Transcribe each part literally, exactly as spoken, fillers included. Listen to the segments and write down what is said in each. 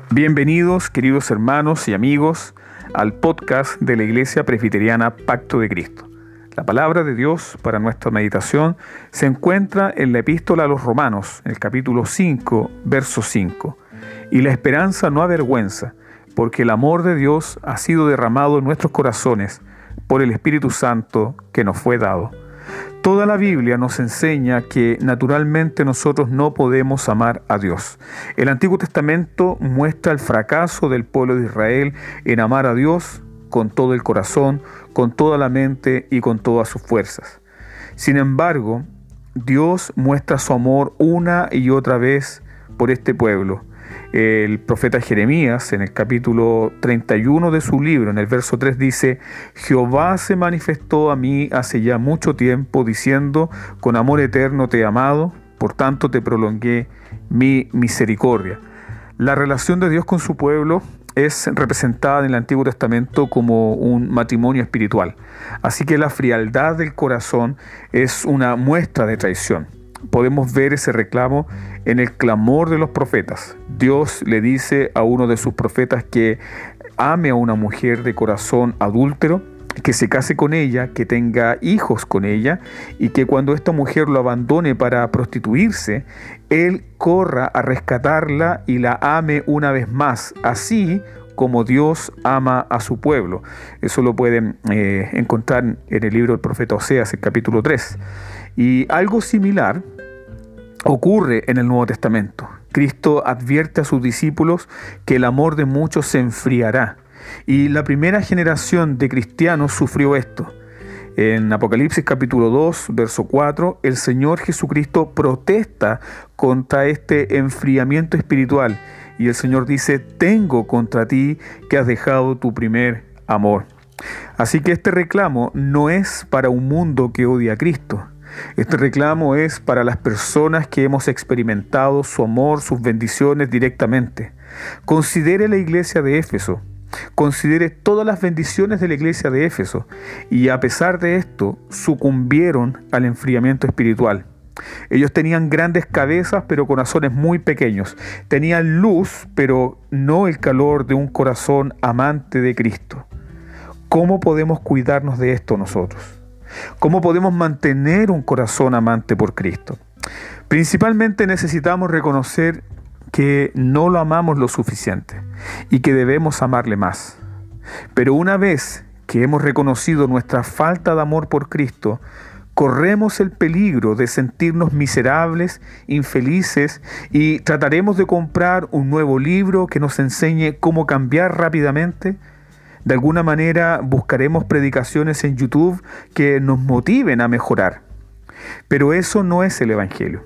Bienvenidos, queridos hermanos y amigos, al podcast de la Iglesia Presbiteriana Pacto de Cristo. La palabra de Dios para nuestra meditación se encuentra en la Epístola a los Romanos, en el capítulo cinco, verso cinco. Y la esperanza no avergüenza, porque el amor de Dios ha sido derramado en nuestros corazones por el Espíritu Santo que nos fue dado. Toda la Biblia nos enseña que naturalmente nosotros no podemos amar a Dios. El Antiguo Testamento muestra el fracaso del pueblo de Israel en amar a Dios con todo el corazón, con toda la mente y con todas sus fuerzas. Sin embargo, Dios muestra su amor una y otra vez por este pueblo. El profeta Jeremías, en el capítulo treinta y uno de su libro, en el verso tres, dice: Jehová se manifestó a mí hace ya mucho tiempo, diciendo, con amor eterno te he amado, por tanto te prolongué mi misericordia. La relación de Dios con su pueblo es representada en el Antiguo Testamento como un matrimonio espiritual. Así que la frialdad del corazón es una muestra de traición. Podemos ver ese reclamo en el clamor de los profetas. Dios le dice a uno de sus profetas que ame a una mujer de corazón adúltero, que se case con ella, que tenga hijos con ella y que cuando esta mujer lo abandone para prostituirse, él corra a rescatarla y la ame una vez más, así como Dios ama a su pueblo. Eso lo pueden eh, encontrar en el libro del profeta Oseas, el capítulo tres. Y algo similar ocurre en el Nuevo Testamento. Cristo advierte a sus discípulos que el amor de muchos se enfriará. Y la primera generación de cristianos sufrió esto. En Apocalipsis capítulo dos, verso cuatro, el Señor Jesucristo protesta contra este enfriamiento espiritual. Y el Señor dice: tengo contra ti que has dejado tu primer amor. Así que este reclamo no es para un mundo que odia a Cristo. Este reclamo es para las personas que hemos experimentado su amor, sus bendiciones directamente. Considere la iglesia de Éfeso. Considere todas las bendiciones de la iglesia de Éfeso. Y a pesar de esto, sucumbieron al enfriamiento espiritual. Ellos tenían grandes cabezas, pero corazones muy pequeños. Tenían luz, pero no el calor de un corazón amante de Cristo. ¿Cómo podemos cuidarnos de esto nosotros? ¿Cómo podemos mantener un corazón amante por Cristo? Principalmente necesitamos reconocer que no lo amamos lo suficiente y que debemos amarle más. Pero una vez que hemos reconocido nuestra falta de amor por Cristo, corremos el peligro de sentirnos miserables, infelices, y trataremos de comprar un nuevo libro que nos enseñe cómo cambiar rápidamente. De alguna manera buscaremos predicaciones en YouTube que nos motiven a mejorar. Pero eso no es el Evangelio.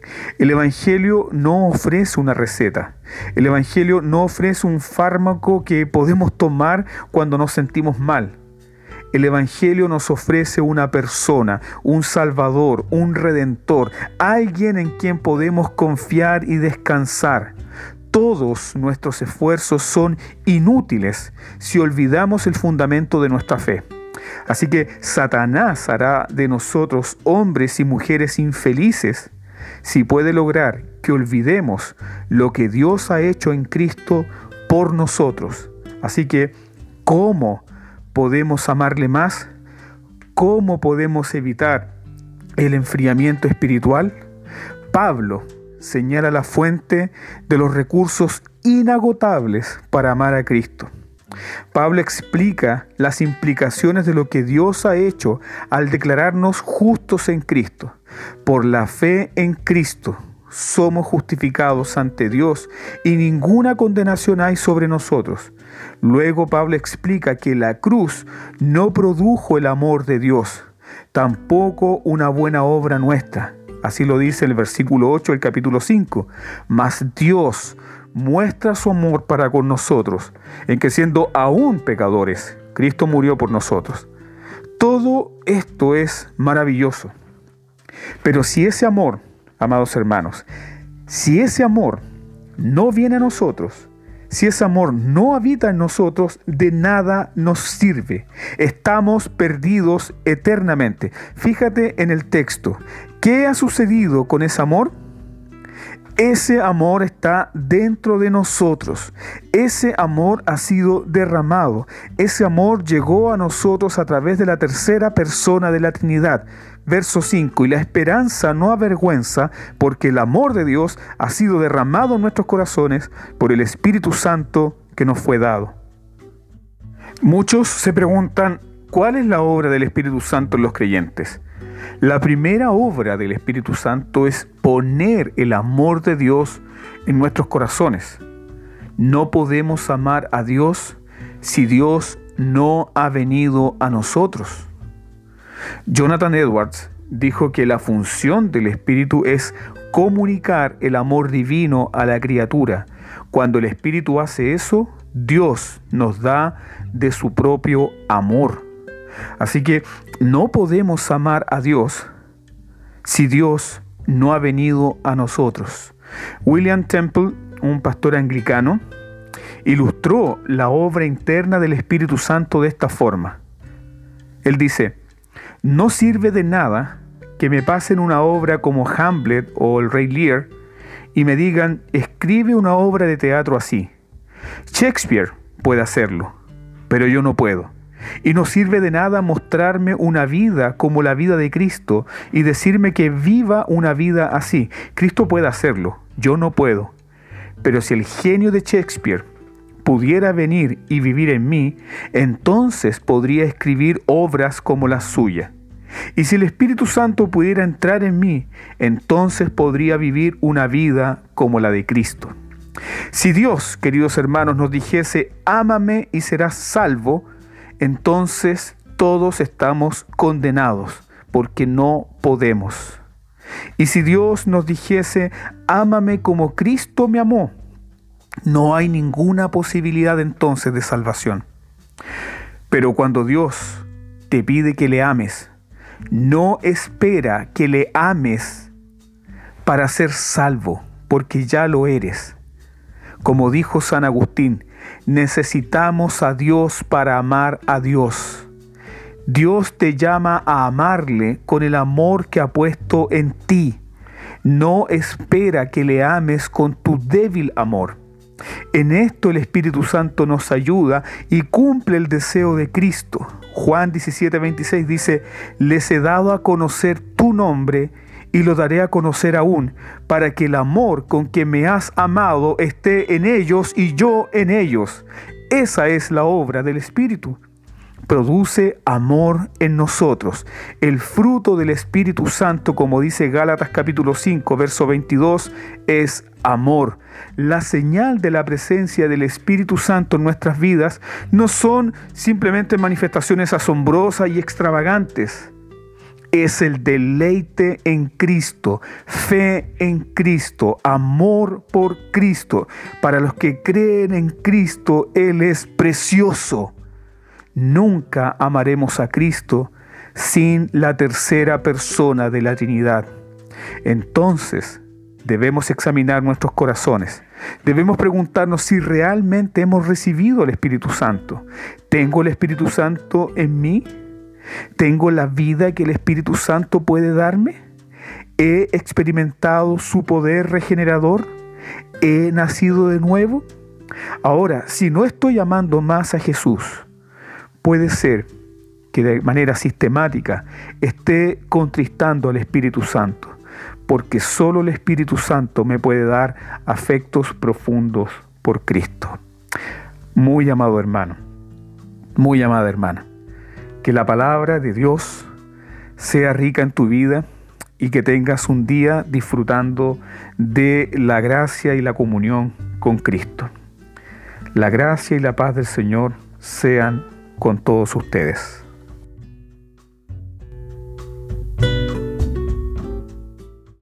El Evangelio no ofrece una receta. El Evangelio no ofrece un fármaco que podemos tomar cuando nos sentimos mal. El Evangelio nos ofrece una persona, un Salvador, un Redentor, alguien en quien podemos confiar y descansar. Todos nuestros esfuerzos son inútiles si olvidamos el fundamento de nuestra fe. Así que Satanás hará de nosotros hombres y mujeres infelices si puede lograr que olvidemos lo que Dios ha hecho en Cristo por nosotros. Así que, ¿cómo podemos amarle más? ¿Cómo podemos evitar el enfriamiento espiritual? Pablo señala la fuente de los recursos inagotables para amar a Cristo. Pablo explica las implicaciones de lo que Dios ha hecho al declararnos justos en Cristo. Por la fe en Cristo somos justificados ante Dios y ninguna condenación hay sobre nosotros. Luego Pablo explica que la cruz no produjo el amor de Dios, tampoco una buena obra nuestra. Así lo dice el versículo ocho del capítulo cinco. Mas Dios muestra su amor para con nosotros, en que siendo aún pecadores, Cristo murió por nosotros. Todo esto es maravilloso. Pero si ese amor, amados hermanos, si ese amor no viene a nosotros, si ese amor no habita en nosotros, de nada nos sirve. Estamos perdidos eternamente. Fíjate en el texto. ¿Qué ha sucedido con ese amor? Ese amor está dentro de nosotros. Ese amor ha sido derramado. Ese amor llegó a nosotros a través de la tercera persona de la Trinidad. Verso cinco, y la esperanza no avergüenza, porque el amor de Dios ha sido derramado en nuestros corazones por el Espíritu Santo que nos fue dado. Muchos se preguntan, ¿cuál es la obra del Espíritu Santo en los creyentes? La primera obra del Espíritu Santo es poner el amor de Dios en nuestros corazones. No podemos amar a Dios si Dios no ha venido a nosotros. Jonathan Edwards dijo que la función del Espíritu es comunicar el amor divino a la criatura. Cuando el Espíritu hace eso, Dios nos da de su propio amor. Así que no podemos amar a Dios si Dios no ha venido a nosotros. William Temple, un pastor anglicano, ilustró la obra interna del Espíritu Santo de esta forma. Él dice, no sirve de nada que me pasen una obra como Hamlet o el Rey Lear y me digan, escribe una obra de teatro así. Shakespeare puede hacerlo, pero yo no puedo. Y no sirve de nada mostrarme una vida como la vida de Cristo y decirme que viva una vida así. Cristo puede hacerlo, yo no puedo. Pero si el genio de Shakespeare pudiera venir y vivir en mí, entonces podría escribir obras como las suyas. Y si el Espíritu Santo pudiera entrar en mí, entonces podría vivir una vida como la de Cristo. Si Dios, queridos hermanos, nos dijese, ámame y serás salvo, entonces todos estamos condenados, porque no podemos. Y si Dios nos dijese, ámame como Cristo me amó, no hay ninguna posibilidad entonces de salvación. Pero cuando Dios te pide que le ames, no espera que le ames para ser salvo, porque ya lo eres. Como dijo San Agustín, necesitamos a Dios para amar a Dios. Dios te llama a amarle con el amor que ha puesto en ti. No espera que le ames con tu débil amor. En esto el Espíritu Santo nos ayuda y cumple el deseo de Cristo. Juan diecisiete veintiséis dice, les he dado a conocer tu nombre y lo daré a conocer aún, para que el amor con que me has amado esté en ellos y yo en ellos. Esa es la obra del Espíritu. Produce amor en nosotros. El fruto del Espíritu Santo, como dice Gálatas capítulo cinco, verso veintidós, es amor. La señal de la presencia del Espíritu Santo en nuestras vidas no son simplemente manifestaciones asombrosas y extravagantes. Es el deleite en Cristo, fe en Cristo, amor por Cristo. Para los que creen en Cristo, Él es precioso. Nunca amaremos a Cristo sin la tercera persona de la Trinidad. Entonces, debemos examinar nuestros corazones. Debemos preguntarnos si realmente hemos recibido el Espíritu Santo. ¿Tengo el Espíritu Santo en mí? ¿Tengo la vida que el Espíritu Santo puede darme? ¿He experimentado su poder regenerador? ¿He nacido de nuevo? Ahora, si no estoy amando más a Jesús, puede ser que de manera sistemática esté contristando al Espíritu Santo, porque solo el Espíritu Santo me puede dar afectos profundos por Cristo. Muy amado hermano, muy amada hermana, que la palabra de Dios sea rica en tu vida y que tengas un día disfrutando de la gracia y la comunión con Cristo. La gracia y la paz del Señor sean con todos ustedes.